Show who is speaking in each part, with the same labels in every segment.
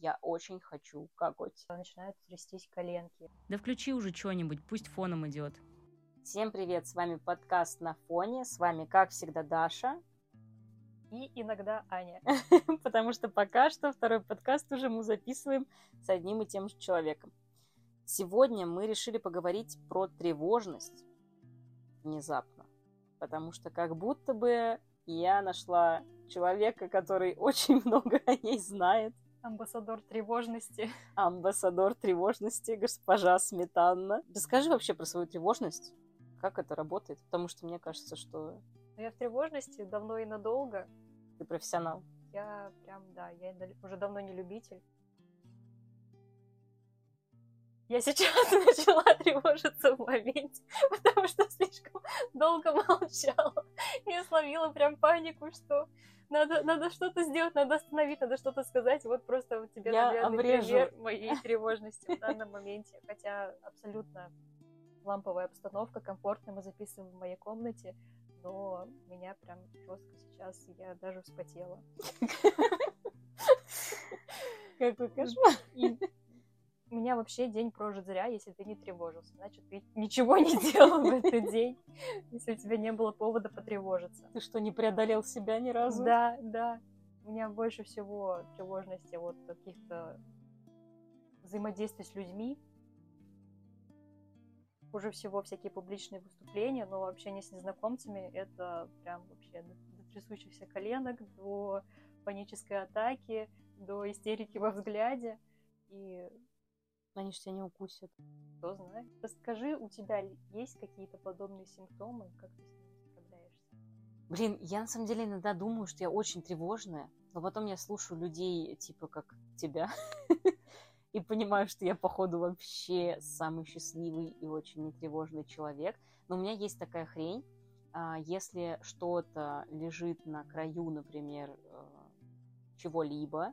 Speaker 1: я очень хочу какать.
Speaker 2: Начинают трястись коленки.
Speaker 3: Да включи уже что-нибудь, пусть фоном идет.
Speaker 1: Всем привет, с вами подкаст «На фоне», с вами, как всегда, Даша.
Speaker 2: И иногда Аня.
Speaker 1: Потому что пока что второй подкаст уже мы записываем с одним и тем же человеком. Сегодня мы решили поговорить про тревожность внезапно, потому что как будто бы я нашла человека, который очень много о ней знает.
Speaker 2: Амбассадор тревожности.
Speaker 1: Амбассадор тревожности, госпожа Сметанна. Расскажи вообще про свою тревожность, как это работает, потому что мне кажется, что...
Speaker 2: Я в тревожности давно и надолго.
Speaker 1: Ты профессионал.
Speaker 2: Я уже давно не любитель. Я сейчас начала тревожиться в моменте, потому что слишком долго молчала. Я словила прям панику, что надо что-то сделать, надо остановить, надо что-то сказать. Вот просто вот тебе наглядный пример моей тревожности в данном моменте. Хотя абсолютно ламповая обстановка, комфортно, мы записываем в моей комнате, но меня прям жестко сейчас, я даже вспотела.
Speaker 1: Какой кошмар.
Speaker 2: У меня вообще день прожит зря, если ты не тревожился. Значит, ты ничего не делал в этот день, если у тебя не было повода потревожиться.
Speaker 1: Ты что, не преодолел себя ни разу?
Speaker 2: Да. У меня больше всего тревожности от каких-то взаимодействий с людьми. Хуже всего всякие публичные выступления, но общение с незнакомцами — это прям вообще до трясущихся коленок, до панической атаки, до истерики во взгляде. И
Speaker 1: они ж тебя не укусят.
Speaker 2: Кто знает. Расскажи, у тебя есть какие-то подобные симптомы, как ты с ними справляешься?
Speaker 1: Блин, я на самом деле иногда думаю, что я очень тревожная, но потом я слушаю людей, типа как тебя, и понимаю, что я, походу, вообще самый счастливый и очень нетревожный человек. Но у меня есть такая хрень, если что-то лежит на краю, например, чего-либо,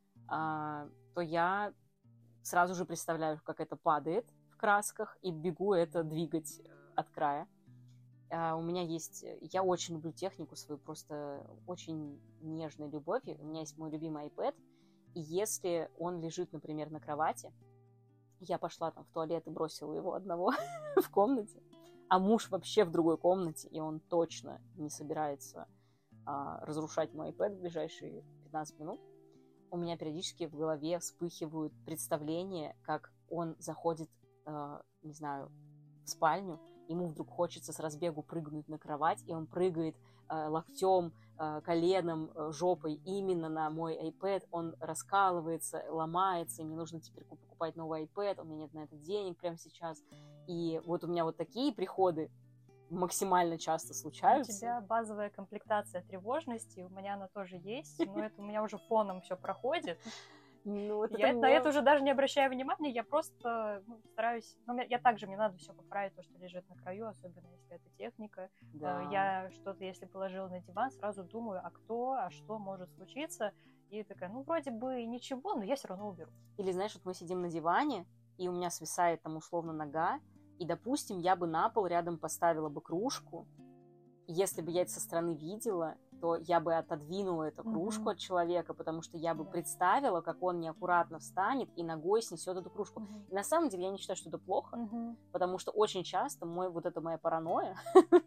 Speaker 1: то я сразу же представляю, как это падает в красках, и бегу это двигать от края. У меня есть... Я очень люблю технику свою, просто очень нежной любовью. У меня есть мой любимый iPad, и если он лежит, например, на кровати, я пошла там в туалет и бросила его одного в комнате, а муж вообще в другой комнате, и он точно не собирается разрушать мой iPad в ближайшие 15 минут, у меня периодически в голове вспыхивают представления, как он заходит, не знаю, в спальню, ему вдруг хочется с разбегу прыгнуть на кровать, и он прыгает локтем, коленом, жопой именно на мой iPad, он раскалывается, ломается, и мне нужно теперь покупать новый iPad, у меня нет на это денег прямо сейчас. И вот у меня вот такие приходы максимально часто случаются.
Speaker 2: У тебя базовая комплектация тревожности, у меня она тоже есть, но это у меня уже фоном все проходит. Я на это уже даже не обращаю внимания, я просто стараюсь... Я также, мне надо все поправить, то, что лежит на краю, особенно если это техника. Да. Я что-то, если положила на диван, сразу думаю, а что может случиться, и такая, вроде бы ничего, но я все равно уберу.
Speaker 1: Или, знаешь, вот мы сидим на диване, и у меня свисает там условно нога, и, допустим, я бы на пол рядом поставила бы кружку, и если бы я это со стороны видела, то я бы отодвинула эту кружку от человека, потому что я бы представила, как он неаккуратно встанет и ногой снесет эту кружку. И на самом деле я не считаю, что это плохо, потому что очень часто моя паранойя,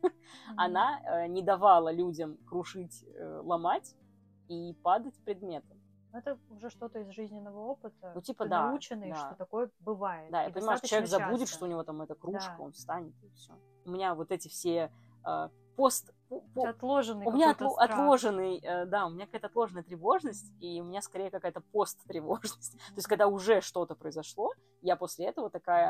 Speaker 1: она не давала людям крушить, ломать и падать предметом.
Speaker 2: Это уже что-то из жизненного опыта.
Speaker 1: Ну, типа,
Speaker 2: ты
Speaker 1: да,
Speaker 2: наученный, что такое бывает.
Speaker 1: Да, я понимаю, что человек забудет, что у него там эта кружка, он встанет, и все. У меня вот эти все
Speaker 2: отложенный
Speaker 1: у меня отложенный, у меня какая-то отложенная тревожность, и у меня скорее какая-то посттревожность. То есть, когда уже что-то произошло, я после этого такая,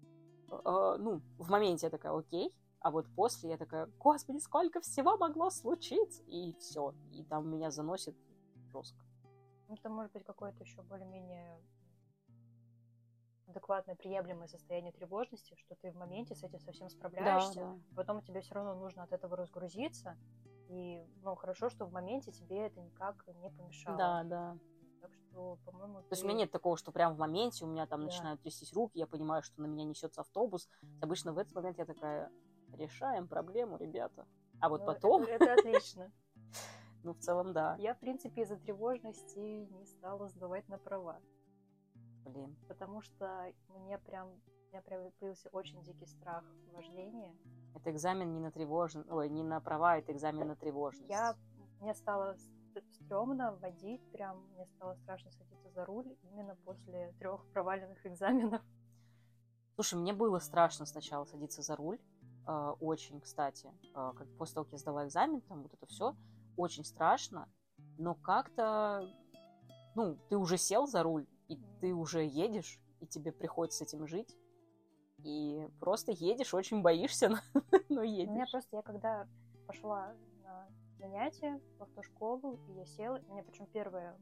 Speaker 1: в моменте я такая, окей, а вот после я такая, господи, сколько всего могло случиться, и все, и там меня заносит жестко.
Speaker 2: Это может быть какое-то еще более-менее адекватное, приемлемое состояние тревожности, что ты в моменте с этим совсем справляешься,
Speaker 1: да.
Speaker 2: Потом тебе все равно нужно от этого разгрузиться, и хорошо, что в моменте тебе это никак не помешало.
Speaker 1: Да.
Speaker 2: Так что, по-моему,
Speaker 1: То есть у меня нет такого, что прям в моменте у меня там начинают трястись руки, я понимаю, что на меня несется автобус. Обычно в этот момент я такая, решаем проблему, ребята. А вот потом...
Speaker 2: Это отлично.
Speaker 1: Ну, в целом, да.
Speaker 2: Я, в принципе, из-за тревожности не стала сдавать на права.
Speaker 1: Блин.
Speaker 2: Потому что у меня прям появился очень дикий страх вождения.
Speaker 1: Это экзамен не на тревожность, ой, не на права, это экзамен на тревожность.
Speaker 2: Мне стало стрёмно водить, прям мне стало страшно садиться за руль именно после 3 проваленных экзаменов.
Speaker 1: Слушай, мне было страшно сначала садиться за руль, очень, кстати, как после того, как я сдала экзамен, там вот это все, очень страшно, но как-то, ну, ты уже сел за руль, и ты уже едешь, и тебе приходится с этим жить, и просто едешь, очень боишься, но едешь.
Speaker 2: У меня просто, я когда пошла на занятия в автошколу, и я села, у меня причем первая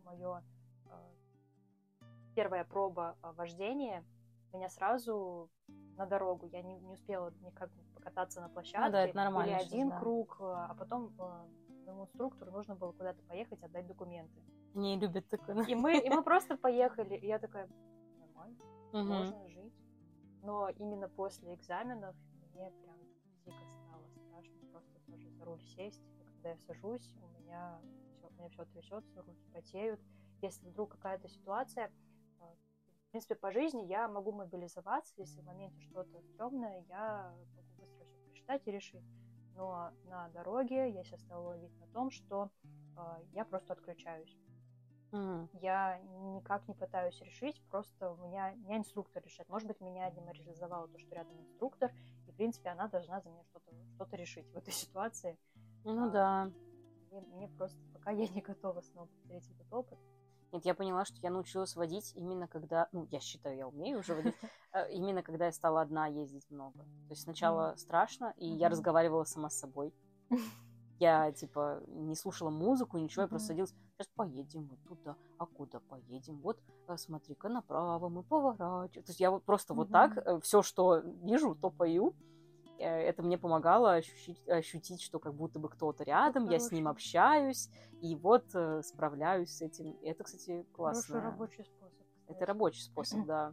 Speaker 2: проба вождения, меня сразу на дорогу, я не успела никак покататься на площадке,
Speaker 1: да, это нормально
Speaker 2: или
Speaker 1: сейчас,
Speaker 2: один
Speaker 1: да.
Speaker 2: круг, а потом моему инструктору нужно было куда-то поехать, отдать документы.
Speaker 1: Не любят такое.
Speaker 2: И мы просто поехали, и я такая, нормально, можно жить. Но именно после экзаменов мне прям дико стало страшно просто тоже за руль сесть. И когда я сажусь, у меня все трясется, руки потеют. Если вдруг какая-то ситуация, в принципе, по жизни я могу мобилизоваться, если в моменте что-то стрёмное, я могу быстро все прочитать и решить. Но на дороге я себя стала ловить на том, что я просто отключаюсь. Я никак не пытаюсь решить, просто у меня инструктор решает. Может быть, меня деморализовало то, что рядом инструктор, и, в принципе, она должна за меня что-то решить в этой ситуации.
Speaker 1: Ну да.
Speaker 2: Мне просто пока я не готова снова повторить этот опыт.
Speaker 1: Нет, я поняла, что я научилась водить именно когда, ну, я считаю, я умею уже водить, именно когда я стала одна ездить много. То есть сначала страшно, и я разговаривала сама с собой. Я, типа, не слушала музыку, ничего, я просто садилась, сейчас поедем вот туда, а куда поедем? Вот, смотри-ка, направо мы поворачиваем. То есть я вот просто вот так, все, что вижу, то пою. Это мне помогало ощутить, что как будто бы кто-то рядом, я с ним общаюсь, и вот справляюсь с этим. И это, кстати, классно.
Speaker 2: Хороший рабочий способ. Кстати.
Speaker 1: Это рабочий способ, да.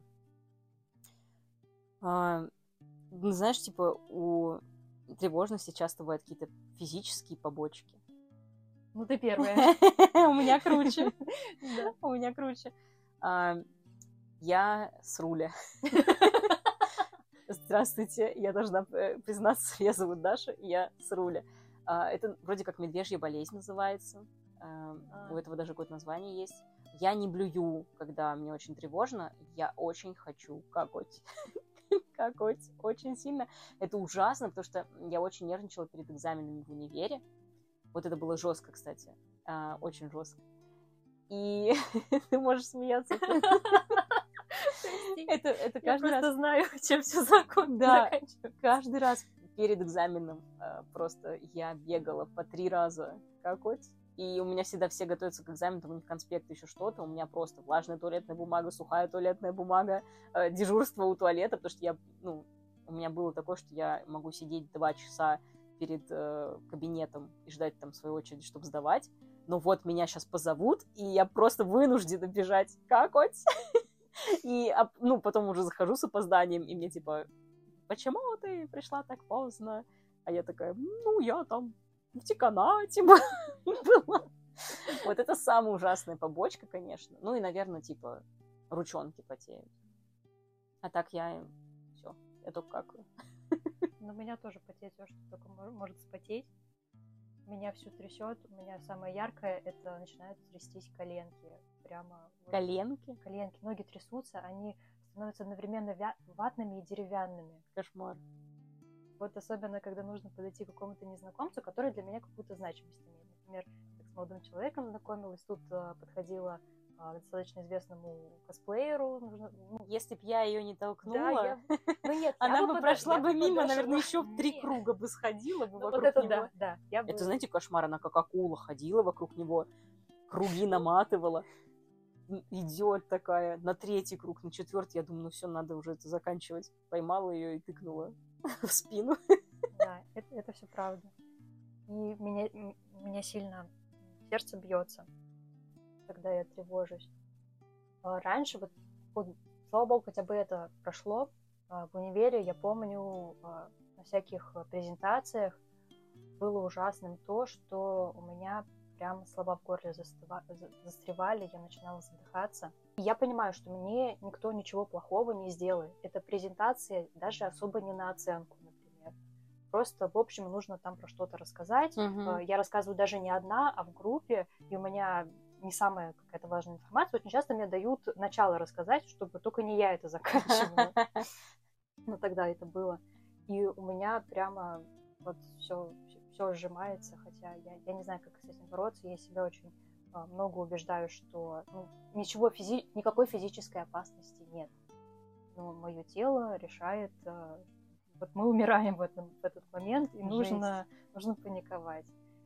Speaker 1: Знаешь, типа, у тревожности часто бывают какие-то физические побочки.
Speaker 2: Ну, ты первая.
Speaker 1: У меня круче. У меня круче. Я с руля. Здравствуйте, я должна признаться, меня зовут Даша, я с руля. Это вроде как медвежья болезнь называется. У этого даже какое-то название есть. Я не блюю, когда мне очень тревожно. Я очень хочу какать. Какать очень сильно. Это ужасно, потому что я очень нервничала перед экзаменами в универе. Вот это было жестко, кстати. Очень жестко. И ты можешь смеяться. Это каждый раз...
Speaker 2: Я просто знаю, чем все заканчивается.
Speaker 1: Да, каждый раз перед экзаменом просто я бегала по 3 раза какать. И у меня всегда все готовятся к экзамену, там у них конспекты, еще что-то. У меня просто влажная туалетная бумага, сухая туалетная бумага, дежурство у туалета, потому что у меня было такое, что я могу сидеть 2 часа перед кабинетом и ждать там свою очередь, чтобы сдавать. Но вот меня сейчас позовут, и я просто вынуждена бежать какать. И, потом уже захожу с опозданием, и мне типа, почему ты пришла так поздно? А я такая, я там в деканате была. Вот это самая ужасная побочка, конечно. Ну и, наверное, типа, ручонки потеют. А так я только какаю.
Speaker 2: Но у меня тоже потеть все, что только может вспотеть. Меня все трясет. У меня самое яркое, это начинают трястись коленки. Прямо.
Speaker 1: Коленки?
Speaker 2: Коленки. Ноги трясутся, они становятся одновременно ватными и деревянными.
Speaker 1: Кошмар.
Speaker 2: Вот особенно, когда нужно подойти к какому-то незнакомцу, который для меня какую-то значимость имеет. Например, как с молодым человеком знакомилась, тут подходила достаточно известному косплееру.
Speaker 1: Если б я ее не толкнула,
Speaker 2: нет,
Speaker 1: она бы прошла бы мимо, наверное, еще в 3 круга бы сходила бы вокруг
Speaker 2: него.
Speaker 1: Вот это
Speaker 2: да.
Speaker 1: Это, знаете, кошмар, она как акула ходила вокруг него, круги наматывала. Идет такая на 3-й круг, на 4-й, я думаю, все, надо уже это заканчивать. Поймала ее и тыкнула в спину.
Speaker 2: Да, это все правда. И меня сильно сердце бьется, когда я тревожусь. Раньше, слава богу, хотя бы это прошло. В универе, я помню, на всяких презентациях было ужасным то, что у меня прям слова в горле застревали, я начинала задыхаться. И я понимаю, что мне никто ничего плохого не сделает. Эта презентация даже особо не на оценку, например. Просто, в общем, нужно там про что-то рассказать. Я рассказываю даже не одна, а в группе, и у меня не самая какая-то важная информация. Очень часто мне дают начало рассказать, чтобы только не я это заканчивала. Ну, тогда это было. И у меня прямо вот все сжимается, хотя я не знаю, как с этим бороться. Я себя очень много убеждаю, что никакой физической опасности нет. Но мое тело решает, вот мы умираем в этот момент, и нужно паниковать.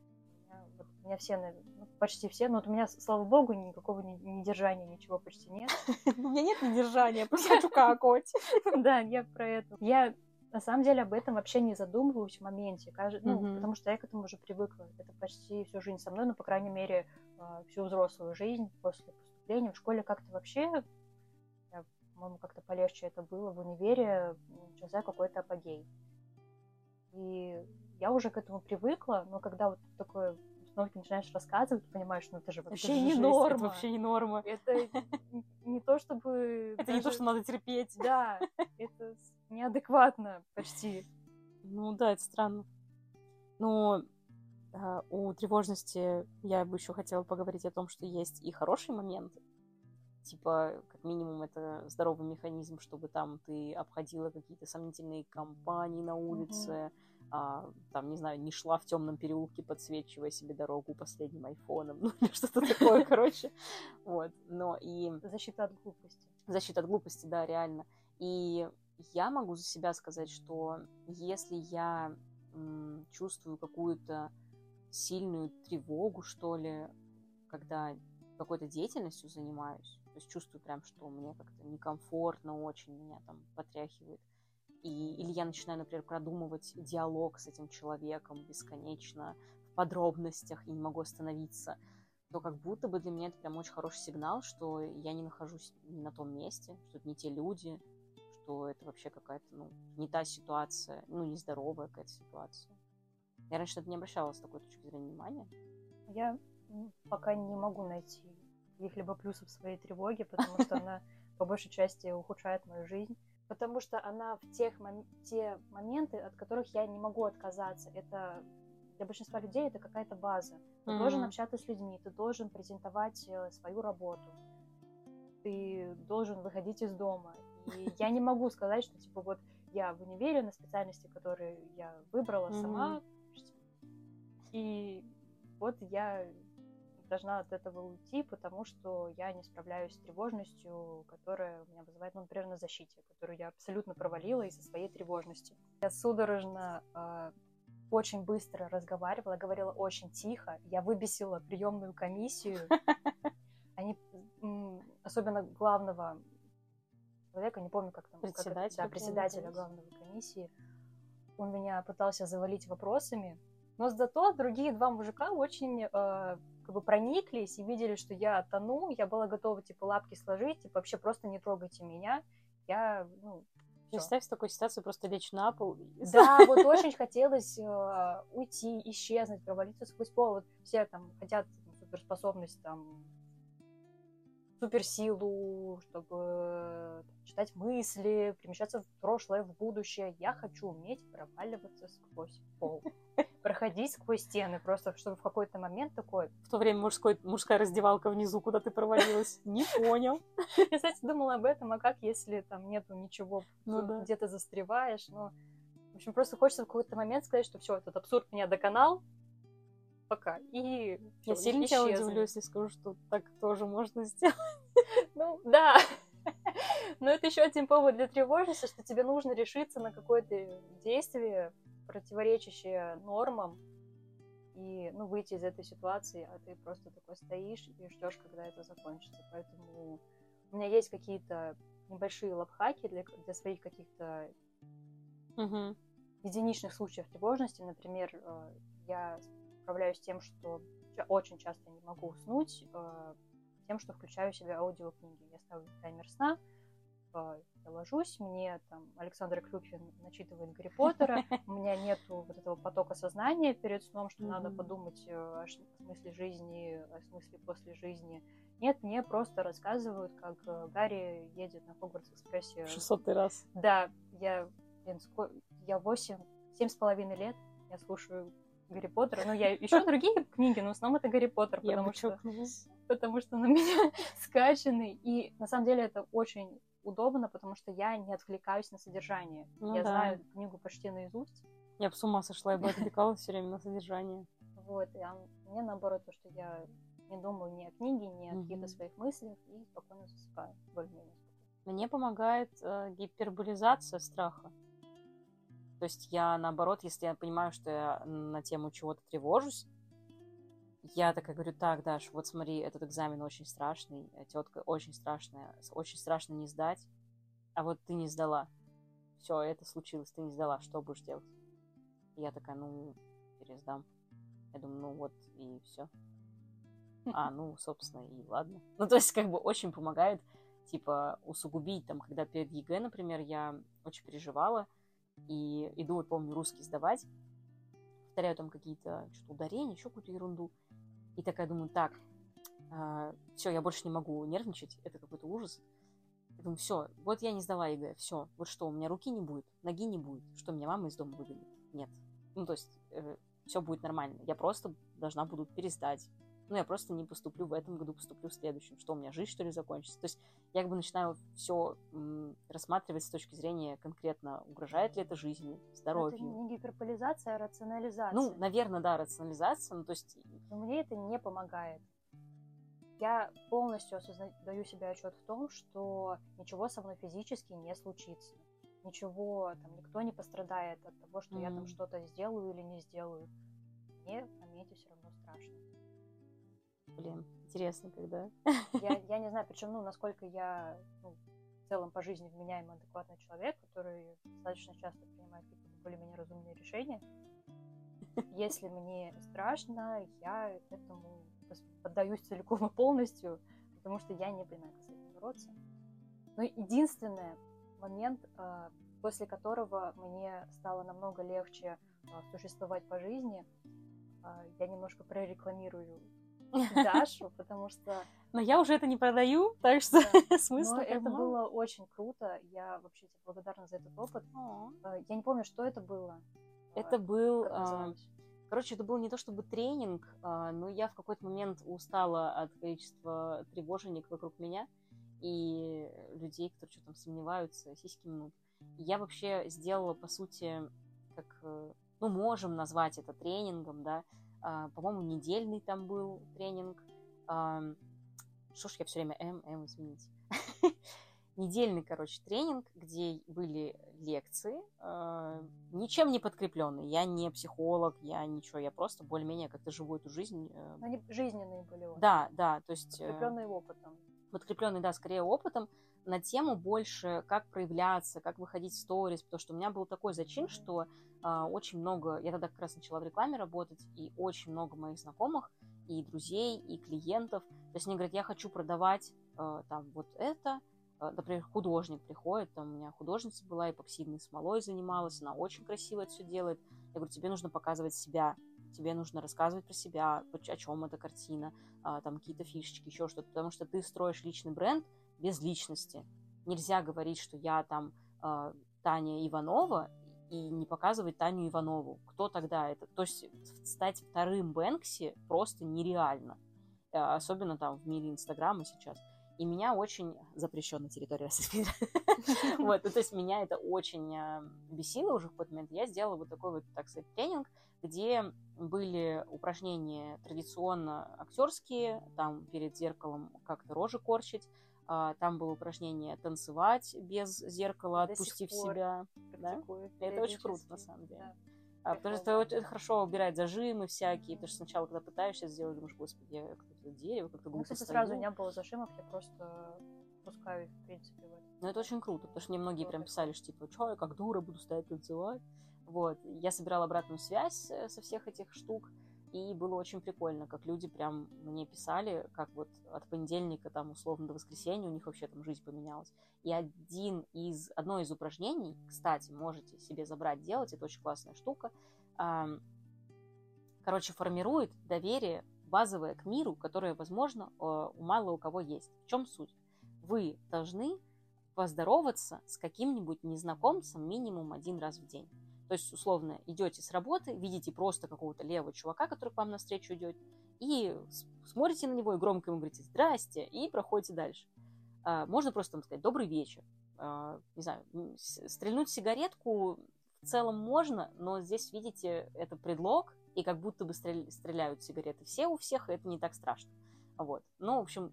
Speaker 2: У меня все, почти все, но вот у меня, слава богу, никакого недержания, ничего почти нет.
Speaker 1: У меня нет недержания, просто хочу какать.
Speaker 2: Да, я про это. Я на самом деле об этом вообще не задумываюсь в моменте, потому что я к этому уже привыкла. Это почти всю жизнь со мной, по крайней мере, всю взрослую жизнь после поступления. В школе как-то вообще, по-моему, как-то полегче это было. В универе начался какой-то апогей. И я уже к этому привыкла, но когда вот такое снова ты начинаешь рассказывать, ты понимаешь, это же вообще не норма.
Speaker 1: Это вообще не норма.
Speaker 2: Это не то, чтобы...
Speaker 1: Это не то, что надо терпеть.
Speaker 2: Да, это неадекватно почти.
Speaker 1: Ну да, это странно. Но у тревожности я бы еще хотела поговорить о том, что есть и хорошие моменты. Типа, как минимум, это здоровый механизм, чтобы там ты обходила какие-то сомнительные компании на улице, там, не знаю, не шла в темном переулке, подсвечивая себе дорогу последним айфоном, ну или что-то такое, короче. Вот, но и...
Speaker 2: Защита от глупости.
Speaker 1: Защита от глупости, да, реально. И я могу за себя сказать, что если я чувствую какую-то сильную тревогу, что ли, когда какой-то деятельностью занимаюсь, то есть чувствую прям, что мне как-то некомфортно очень, меня там потряхивает, или я начинаю, например, продумывать диалог с этим человеком бесконечно в подробностях и не могу остановиться, то как будто бы для меня это прям очень хороший сигнал, что я не нахожусь не на том месте, что это не те люди, что это вообще какая-то, не та ситуация, нездоровая какая-то ситуация. Я раньше не обращала с такой точки зрения внимания.
Speaker 2: Я пока не могу найти каких-либо плюсов в своей тревоге, потому что она по большей части ухудшает мою жизнь. Потому что она в те моменты, от которых я не могу отказаться. Это для большинства людей это какая-то база. Ты должен общаться с людьми, ты должен презентовать свою работу, ты должен выходить из дома. И я не могу сказать, что типа вот я в универе на специальности, которую я выбрала сама, и вот я должна от этого уйти, потому что я не справляюсь с тревожностью, которая у меня вызывает, например, на защите, которую я абсолютно провалила из-за своей тревожности. Я судорожно, очень быстро разговаривала, говорила очень тихо, я выбесила приемную комиссию. Они, особенно главного человека, не помню, как там... Председателя главной комиссии, он меня пытался завалить вопросами, но зато другие два мужика очень прониклись и видели, что я тону, я была готова, лапки сложить, вообще просто не трогайте меня, я,
Speaker 1: Представь, в такой ситуации просто лечь на пол.
Speaker 2: Да, вот очень хотелось уйти, исчезнуть, провалиться сквозь пол. Вот все там хотят суперспособность, суперсилу, чтобы читать мысли, перемещаться в прошлое, в будущее. Я хочу уметь проваливаться сквозь пол. Проходить сквозь стены, просто чтобы в какой-то момент такой...
Speaker 1: В то время мужская раздевалка внизу, куда ты провалилась. Не понял.
Speaker 2: Я, кстати, думала об этом, а как, если там нету ничего, где ты застреваешь, В общем, просто хочется в какой-то момент сказать, что все, этот абсурд меня доконал, пока, и всё,
Speaker 1: я сильно тебя удивлю, если скажу, что так тоже можно сделать.
Speaker 2: Ну, да. Но это еще один повод для тревожности, что тебе нужно решиться на какое-то действие, противоречащее нормам, и, выйти из этой ситуации, а ты просто такой стоишь и ждешь, когда это закончится. Поэтому у меня есть какие-то небольшие лайфхаки для своих каких-то единичных случаев тревожности. Например, я справляюсь с тем, что очень часто не могу уснуть, тем, что включаю в себе аудиокниги. Я ставлю таймер сна, типа, я ложусь, мне там Александр Клюквин начитывает Гарри Поттера, у меня нету вот этого потока сознания перед сном, что надо подумать о смысле жизни, о смысле после жизни. Нет, мне просто рассказывают, как Гарри едет на Хогвартс-экспрессе.
Speaker 1: 600 раз.
Speaker 2: Да, я 7,5 лет, я слушаю Гарри Поттера. Ну, я еще другие книги, но в основном это Гарри Поттер, потому что на меня скачаны. И на самом деле это очень удобно, потому что я не отвлекаюсь на содержание. Я знаю книгу почти наизусть.
Speaker 1: Я бы с ума сошла, я бы отвлекалась все время на содержание.
Speaker 2: Вот, а мне наоборот, то, что я не думаю ни о книге, ни о каких-то своих мыслях и спокойно засыпаю, более-менее.
Speaker 1: Мне помогает гиперболизация страха. То есть я, наоборот, если я понимаю, что я на тему чего-то тревожусь, я такая говорю: так, Даш, вот смотри, этот экзамен очень страшный, тетка очень страшно не сдать, а вот ты не сдала. Все, это случилось, ты не сдала, что будешь делать? И я такая: ну, пересдам. Я думаю, ну вот, и все. Ну, собственно, и ладно. Ну, то есть, как бы, очень помогает, типа, усугубить, там, когда перед ЕГЭ, например, я очень переживала, и иду, вот помню, русский сдавать, повторяю там какие-то что-то ударения, еще какую-то ерунду, и такая думаю: так, все, я больше не могу нервничать, это какой-то ужас. Я думаю: все, вот я не сдала ЕГЭ, все, вот что, у меня руки не будет, ноги не будет, что, меня мама из дома выгонит? Нет. Ну, то есть, все будет нормально, я просто должна буду пересдать. Ну, я просто не поступлю в этом году, поступлю в следующем. Что, у меня жизнь, что ли, закончится? То есть я как бы начинаю все рассматривать с точки зрения конкретно, угрожает ли это жизни, здоровью.
Speaker 2: Это не гиперболизация, а рационализация.
Speaker 1: Ну, наверное, да, рационализация, ну, то есть...
Speaker 2: Но мне это не помогает. Я полностью даю себе отчет в том, что ничего со мной физически не случится. Ничего, там, никто не пострадает от того, что я там что-то сделаю или не сделаю. Мне в моменте все равно страшно.
Speaker 1: Блин, интересно, когда.
Speaker 2: Я не знаю, причем, насколько я в целом по жизни вменяемый, адекватный человек, который достаточно часто принимает какие-то более-менее разумные решения. Если мне страшно, я этому поддаюсь целиком и полностью, потому что я не понимаю, как с этим бороться. Но единственный момент, после которого мне стало намного легче существовать по жизни, я немножко прорекламирую Дашу, потому что...
Speaker 1: Но я уже это не продаю, так что смысла.
Speaker 2: Но это было очень круто. Я вообще тебе благодарна за этот опыт. Я не помню, что это было.
Speaker 1: Это был... Короче, это был не то чтобы тренинг, но я в какой-то момент устала от количества тревоженек вокруг меня и людей, которые что-то там сомневаются, сиськи мнут. Я вообще сделала, по сути, как... Ну, можем назвать это тренингом, да. По-моему, недельный там был тренинг. Что ж я все время извините. Недельный, короче, тренинг, где были лекции, ничем не подкрепленные. Я не психолог, я ничего, я просто более-менее как-то живу эту жизнь.
Speaker 2: Они жизненные были.
Speaker 1: Да, то есть...
Speaker 2: Подкрепленные опытом.
Speaker 1: Подкрепленные, да, скорее опытом, на тему больше, как проявляться, как выходить в сторис, потому что у меня был такой зачин, что очень много, я тогда как раз начала в рекламе работать, и очень много моих знакомых, и друзей, и клиентов, то есть они говорят: я хочу продавать там вот это, например, художник приходит, там у меня художница была, эпоксидной смолой занималась, она очень красиво это все делает, я говорю: тебе нужно показывать себя, тебе нужно рассказывать про себя, о чем эта картина, там какие-то фишечки, еще что-то, потому что ты строишь личный бренд без личности. Нельзя говорить, что я там Таня Иванова, и не показывать Таню Иванову. Кто тогда это? То есть стать вторым Бэнкси просто нереально. Особенно там в мире Инстаграма сейчас. И меня очень... Запрещенная территория Российской Федерации. Вот, то есть меня это очень бесило уже в какой-то момент. Я сделала вот такой вот, так сказать, тренинг, где были упражнения традиционно актерские, там перед зеркалом как-то рожи корчить, там было упражнение танцевать без зеркала, отпустив себя. Да? Это очень круто, на самом деле. Да. Потому что это хорошо убирать зажимы всякие, потому что сначала, когда пытаешься сделать, думаешь: господи, я как-то дерево, как-то глупо
Speaker 2: кстати, сразу не было зажимов, я просто пускаю, в принципе, в это.
Speaker 1: Ну, это очень круто, потому что мне многие прям писали, что типа: что, я как дура буду стоять танцевать. Вот. Я собирала обратную связь со всех этих штук, и было очень прикольно, как люди прям мне писали, как вот от понедельника там условно до воскресенья у них вообще там жизнь поменялась. И одно из упражнений, кстати, можете себе забрать, делать, это очень классная штука, формирует доверие базовое к миру, которое, возможно, у мало у кого есть. В чем суть? Вы должны поздороваться с каким-нибудь незнакомцем минимум 1 раз в день. То есть, условно, идете с работы, видите просто какого-то левого чувака, который к вам навстречу идет, и смотрите на него и громко ему говорите «Здрасте», и проходите дальше. Можно просто там сказать «Добрый вечер». Не знаю, стрельнуть сигаретку в целом можно, но здесь, видите, это предлог, и как будто бы стреляют сигареты все у всех, и это не так страшно. Вот. Ну, в общем,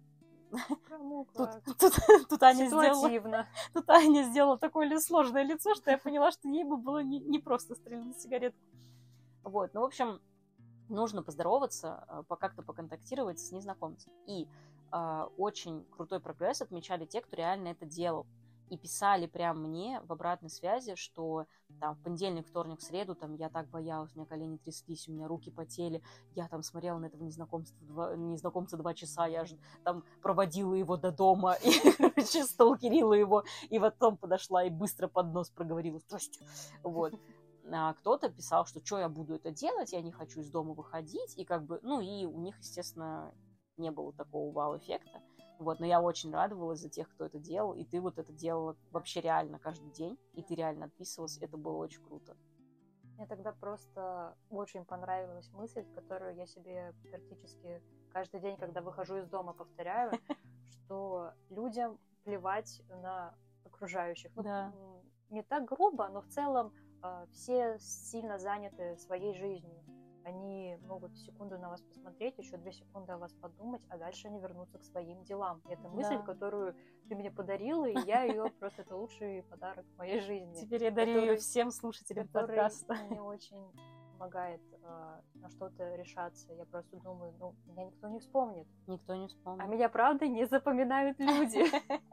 Speaker 1: тут Аня сделала такое сложное лицо, что я поняла, что ей бы было не просто стрельнуть сигаретку. Вот. Ну, в общем, нужно поздороваться, как-то поконтактировать с незнакомцем. И очень крутой прогресс отмечали те, кто реально это делал. И писали прям мне в обратной связи, что там в понедельник, вторник, среду там я так боялась, у меня колени тряслись, у меня руки потели, я там смотрела на этого незнакомца 2 часа, я же там проводила его до дома и, короче, сталкерила его, и потом подошла и быстро под нос проговорила «Здрасте». Вот. А кто-то писал, что я буду это делать, я не хочу из дома выходить, и как бы, ну и у них, естественно, не было такого вау-эффекта. Вот, но я очень радовалась за тех, кто это делал, и ты вот это делала вообще реально каждый день, и ты реально отписывалась, это было очень круто.
Speaker 2: Мне тогда просто очень понравилась мысль, которую я себе практически каждый день, когда выхожу из дома, повторяю, что людям плевать на окружающих.
Speaker 1: Да.
Speaker 2: Не так грубо, но в целом все сильно заняты своей жизнью. Они могут секунду на вас посмотреть, еще 2 секунды о вас подумать, а дальше они вернутся к своим делам. Это мысль, которую ты мне подарила, и я ее просто, это лучший подарок в моей жизни.
Speaker 1: Теперь я дарю ее всем слушателям подкаста.
Speaker 2: Мне очень помогает на что-то решаться. Я просто думаю, меня никто не вспомнит.
Speaker 1: Никто не вспомнит.
Speaker 2: А меня, правда, не запоминают люди.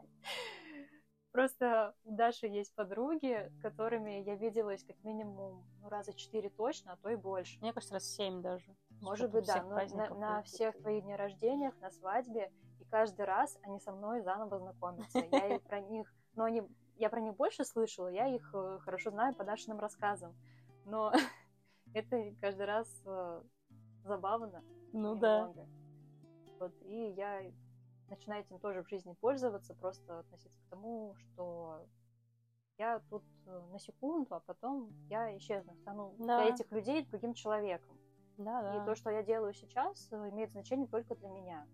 Speaker 2: Просто у Даши есть подруги, с которыми я виделась как минимум раза 4 точно, а то и больше.
Speaker 1: Мне кажется, раз 7 даже.
Speaker 2: Может быть, да. Но на всех твоих днях рождениях, на свадьбе, и каждый раз они со мной заново знакомятся. Я про них, я про них больше слышала, я их хорошо знаю по Дашиным рассказам. Но это каждый раз забавно.
Speaker 1: Ну да.
Speaker 2: Вот, и я начинаю этим тоже в жизни пользоваться, просто относиться к тому, что я тут на секунду, а потом я исчезну, стану для этих людей другим человеком. И то, что я делаю сейчас, имеет значение только для меня.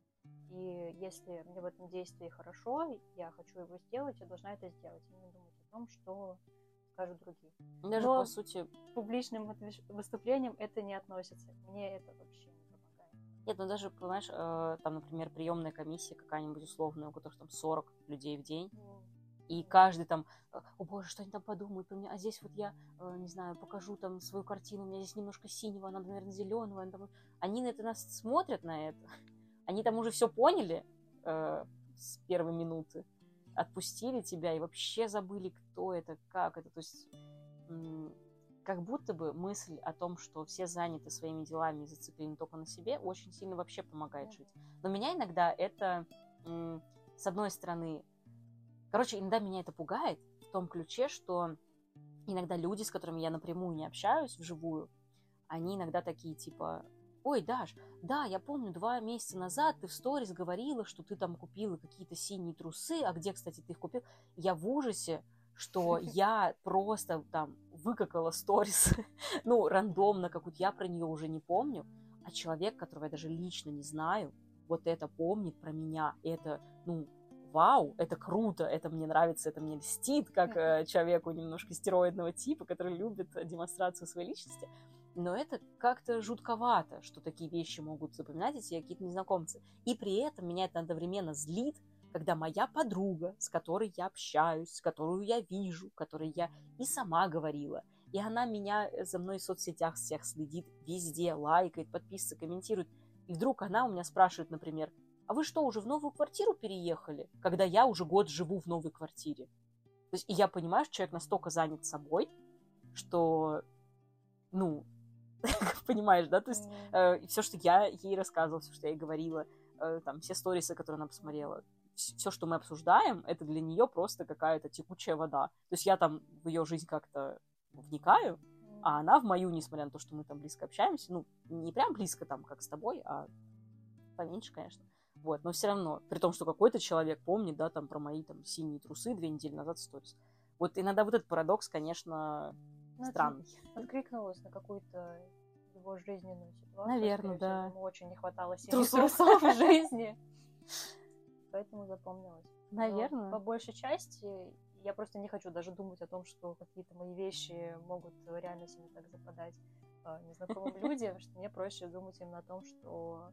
Speaker 2: И если мне в этом действии хорошо, я хочу его сделать, я должна это сделать, и не думать о том, что скажут другие.
Speaker 1: Даже, по сути,
Speaker 2: публичным выступлениям это не относится. Мне это вообще не помогает.
Speaker 1: Нет, ну даже, понимаешь, там, например, приемная комиссия какая-нибудь условная, у которых там 40 людей в день, и каждый там, о боже, что они там подумают про меня, а здесь вот я, не знаю, покажу там свою картину, у меня здесь немножко синего, надо, наверное, зеленого. Они на это нас смотрят, на это. Они там уже все поняли с первой минуты, отпустили тебя и вообще забыли, кто это, как это. То есть как будто бы мысль о том, что все заняты своими делами и зациклены только на себе, очень сильно вообще помогает жить. Но меня иногда это, с одной стороны, иногда меня это пугает в том ключе, что иногда люди, с которыми я напрямую не общаюсь вживую, они иногда такие типа: ой, Даш, да, я помню, 2 месяца назад ты в сторис говорила, что ты там купила какие-то синие трусы, а где, кстати, ты их купил? Я в ужасе, что я просто там выкакала сторис, рандомно какую-то, я про нее уже не помню, а человек, которого я даже лично не знаю, вот это помнит про меня, это, вау, это круто, это мне нравится, это мне льстит, как человеку немножко стероидного типа, который любит демонстрацию своей личности. Но это как-то жутковато, что такие вещи могут запоминать эти какие-то незнакомцы. И при этом меня это одновременно злит, когда моя подруга, с которой я общаюсь, с которую я вижу, которой я и сама говорила, и она меня за мной в соцсетях всех следит, везде лайкает, подписывается, комментирует, и вдруг она у меня спрашивает, например: а вы что, уже в новую квартиру переехали? Когда я уже год живу в новой квартире. То есть, и я понимаю, что человек настолько занят собой, что, Понимаешь, да? То есть все, что я ей рассказывала, все, что я ей говорила, там, все сторисы, которые она посмотрела, все, что мы обсуждаем, это для нее просто какая-то текучая вода. То есть я там в ее жизнь как-то вникаю, а она в мою, несмотря на то, что мы там близко общаемся, ну, не прям близко там, как с тобой, а поменьше, конечно. Вот, но все равно, при том, что какой-то человек помнит, да, там, про мои там синие трусы 2 недели назад в сторис. Вот иногда вот этот парадокс, конечно, странный.
Speaker 2: Откликнулась на какую-то его жизненную ситуацию.
Speaker 1: Наверное, да.
Speaker 2: Ему очень не хватало синих трусов в жизни. Поэтому запомнилось.
Speaker 1: Наверное.
Speaker 2: Но по большей части я просто не хочу даже думать о том, что какие-то мои вещи могут реально сильно так западать незнакомым людям, что мне проще думать именно о том, что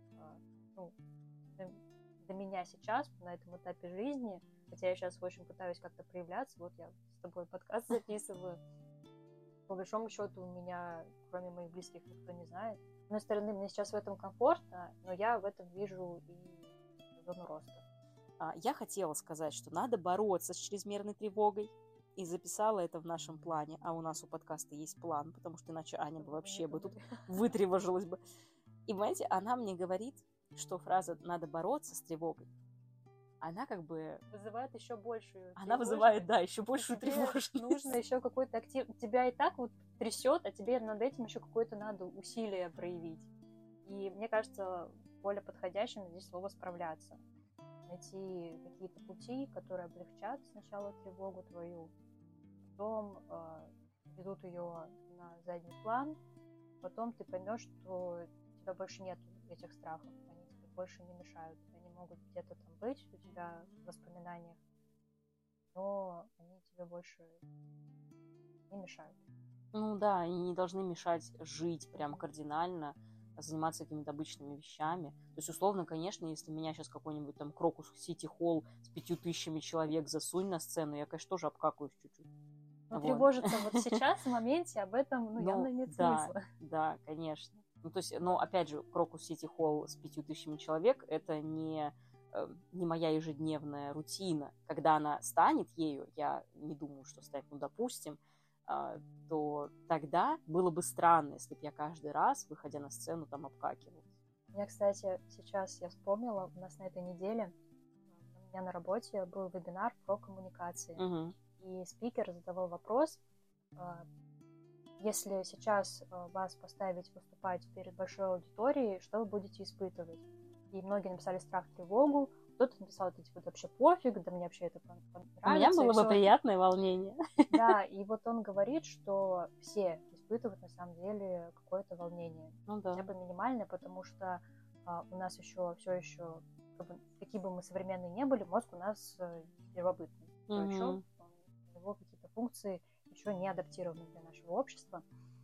Speaker 2: для меня сейчас, на этом этапе жизни, хотя я сейчас очень пытаюсь как-то проявляться, вот я с тобой подкаст записываю, по большому счету у меня, кроме моих близких, никто не знает. С одной стороны, мне сейчас в этом комфортно, но я в этом вижу и зону роста.
Speaker 1: Я хотела сказать, что надо бороться с чрезмерной тревогой, и записала это в нашем плане, а у нас у подкаста есть план, потому что иначе Аня бы вообще бы тут вытревожилась бы. И, понимаете, она мне говорит, что фраза «надо бороться с тревогой», она как бы...
Speaker 2: вызывает еще большую
Speaker 1: Она вызывает, да, еще большую
Speaker 2: тебе
Speaker 1: тревожность.
Speaker 2: нужно еще какой-то актив... Тебя и так вот трясет, а тебе над этим еще какое-то надо усилие проявить. И мне кажется, более подходящим здесь слово «справляться». Найти какие-то пути, которые облегчат сначала тревогу твою, потом ведут ее на задний план, потом ты поймешь, что у тебя больше нет этих страхов, они тебе больше не мешают, они могут где-то там быть у тебя в воспоминаниях, но они тебе больше не мешают.
Speaker 1: Ну да, они не должны мешать жить прям кардинально, заниматься какими-то обычными вещами. То есть, условно, конечно, если меня сейчас какой-нибудь там Крокус Сити Холл с 5000 человек засунь на сцену, я, конечно, тоже обкакаюсь чуть-чуть.
Speaker 2: Но тревожиться вот сейчас, в моменте, об этом, явно нет смысла.
Speaker 1: Да, конечно. Ну, то есть, но, опять же, Крокус Сити Холл с 5000 человек — это не моя ежедневная рутина. Когда она станет ею, я не думаю, что станет, ну, допустим, то тогда было бы странно, если бы я каждый раз, выходя на сцену, там обкакивала.
Speaker 2: У меня, кстати, сейчас я вспомнила, у нас на этой неделе у меня на работе был вебинар про коммуникации.
Speaker 1: Угу.
Speaker 2: И спикер задавал вопрос, если сейчас вас поставить выступать перед большой аудиторией, что вы будете испытывать? И многие написали страх, тревогу, кто-то написал, типа, вообще пофиг, да мне вообще это понравится.
Speaker 1: У меня было бы приятное волнение.
Speaker 2: Да, и вот он говорит, что все испытывают на самом деле какое-то волнение.
Speaker 1: Ну да.
Speaker 2: Хотя бы минимальное, потому что у нас еще все еще, какие бы мы современные не были, мозг у нас первобытный. Еще у него какие-то функции еще не адаптированы для нашего общества.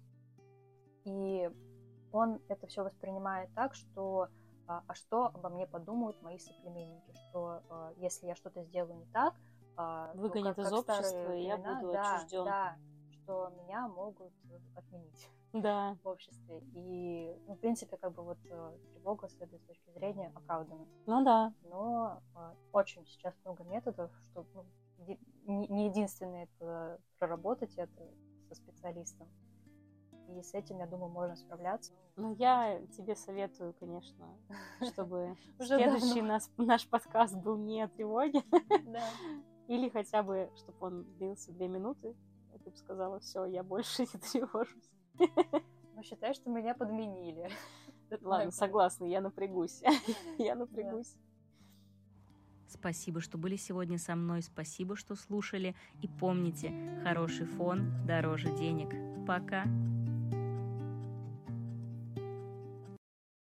Speaker 2: И он это все воспринимает так, что а что обо мне подумают мои соплеменники, что если я что-то сделаю не так,
Speaker 1: выгонят из общества, и я буду отчужден.
Speaker 2: Да, что меня могут отменить
Speaker 1: в
Speaker 2: обществе. И, в принципе, как бы вот тревога с этой точки зрения оправдана.
Speaker 1: Ну да.
Speaker 2: Но очень сейчас много методов, что не единственное это проработать это со специалистом. И с этим, я думаю, можно справляться.
Speaker 1: Ну, я тебе советую, конечно, чтобы следующий наш подкаст был не о тревоге. Или хотя бы, чтобы он длился 2 минуты. Ты бы сказала, все, я больше не тревожусь.
Speaker 2: Ну, считай, что меня подменили.
Speaker 1: Ладно, согласна, я напрягусь. Я напрягусь.
Speaker 3: Спасибо, что были сегодня со мной. Спасибо, что слушали. И помните, хороший фон дороже денег. Пока.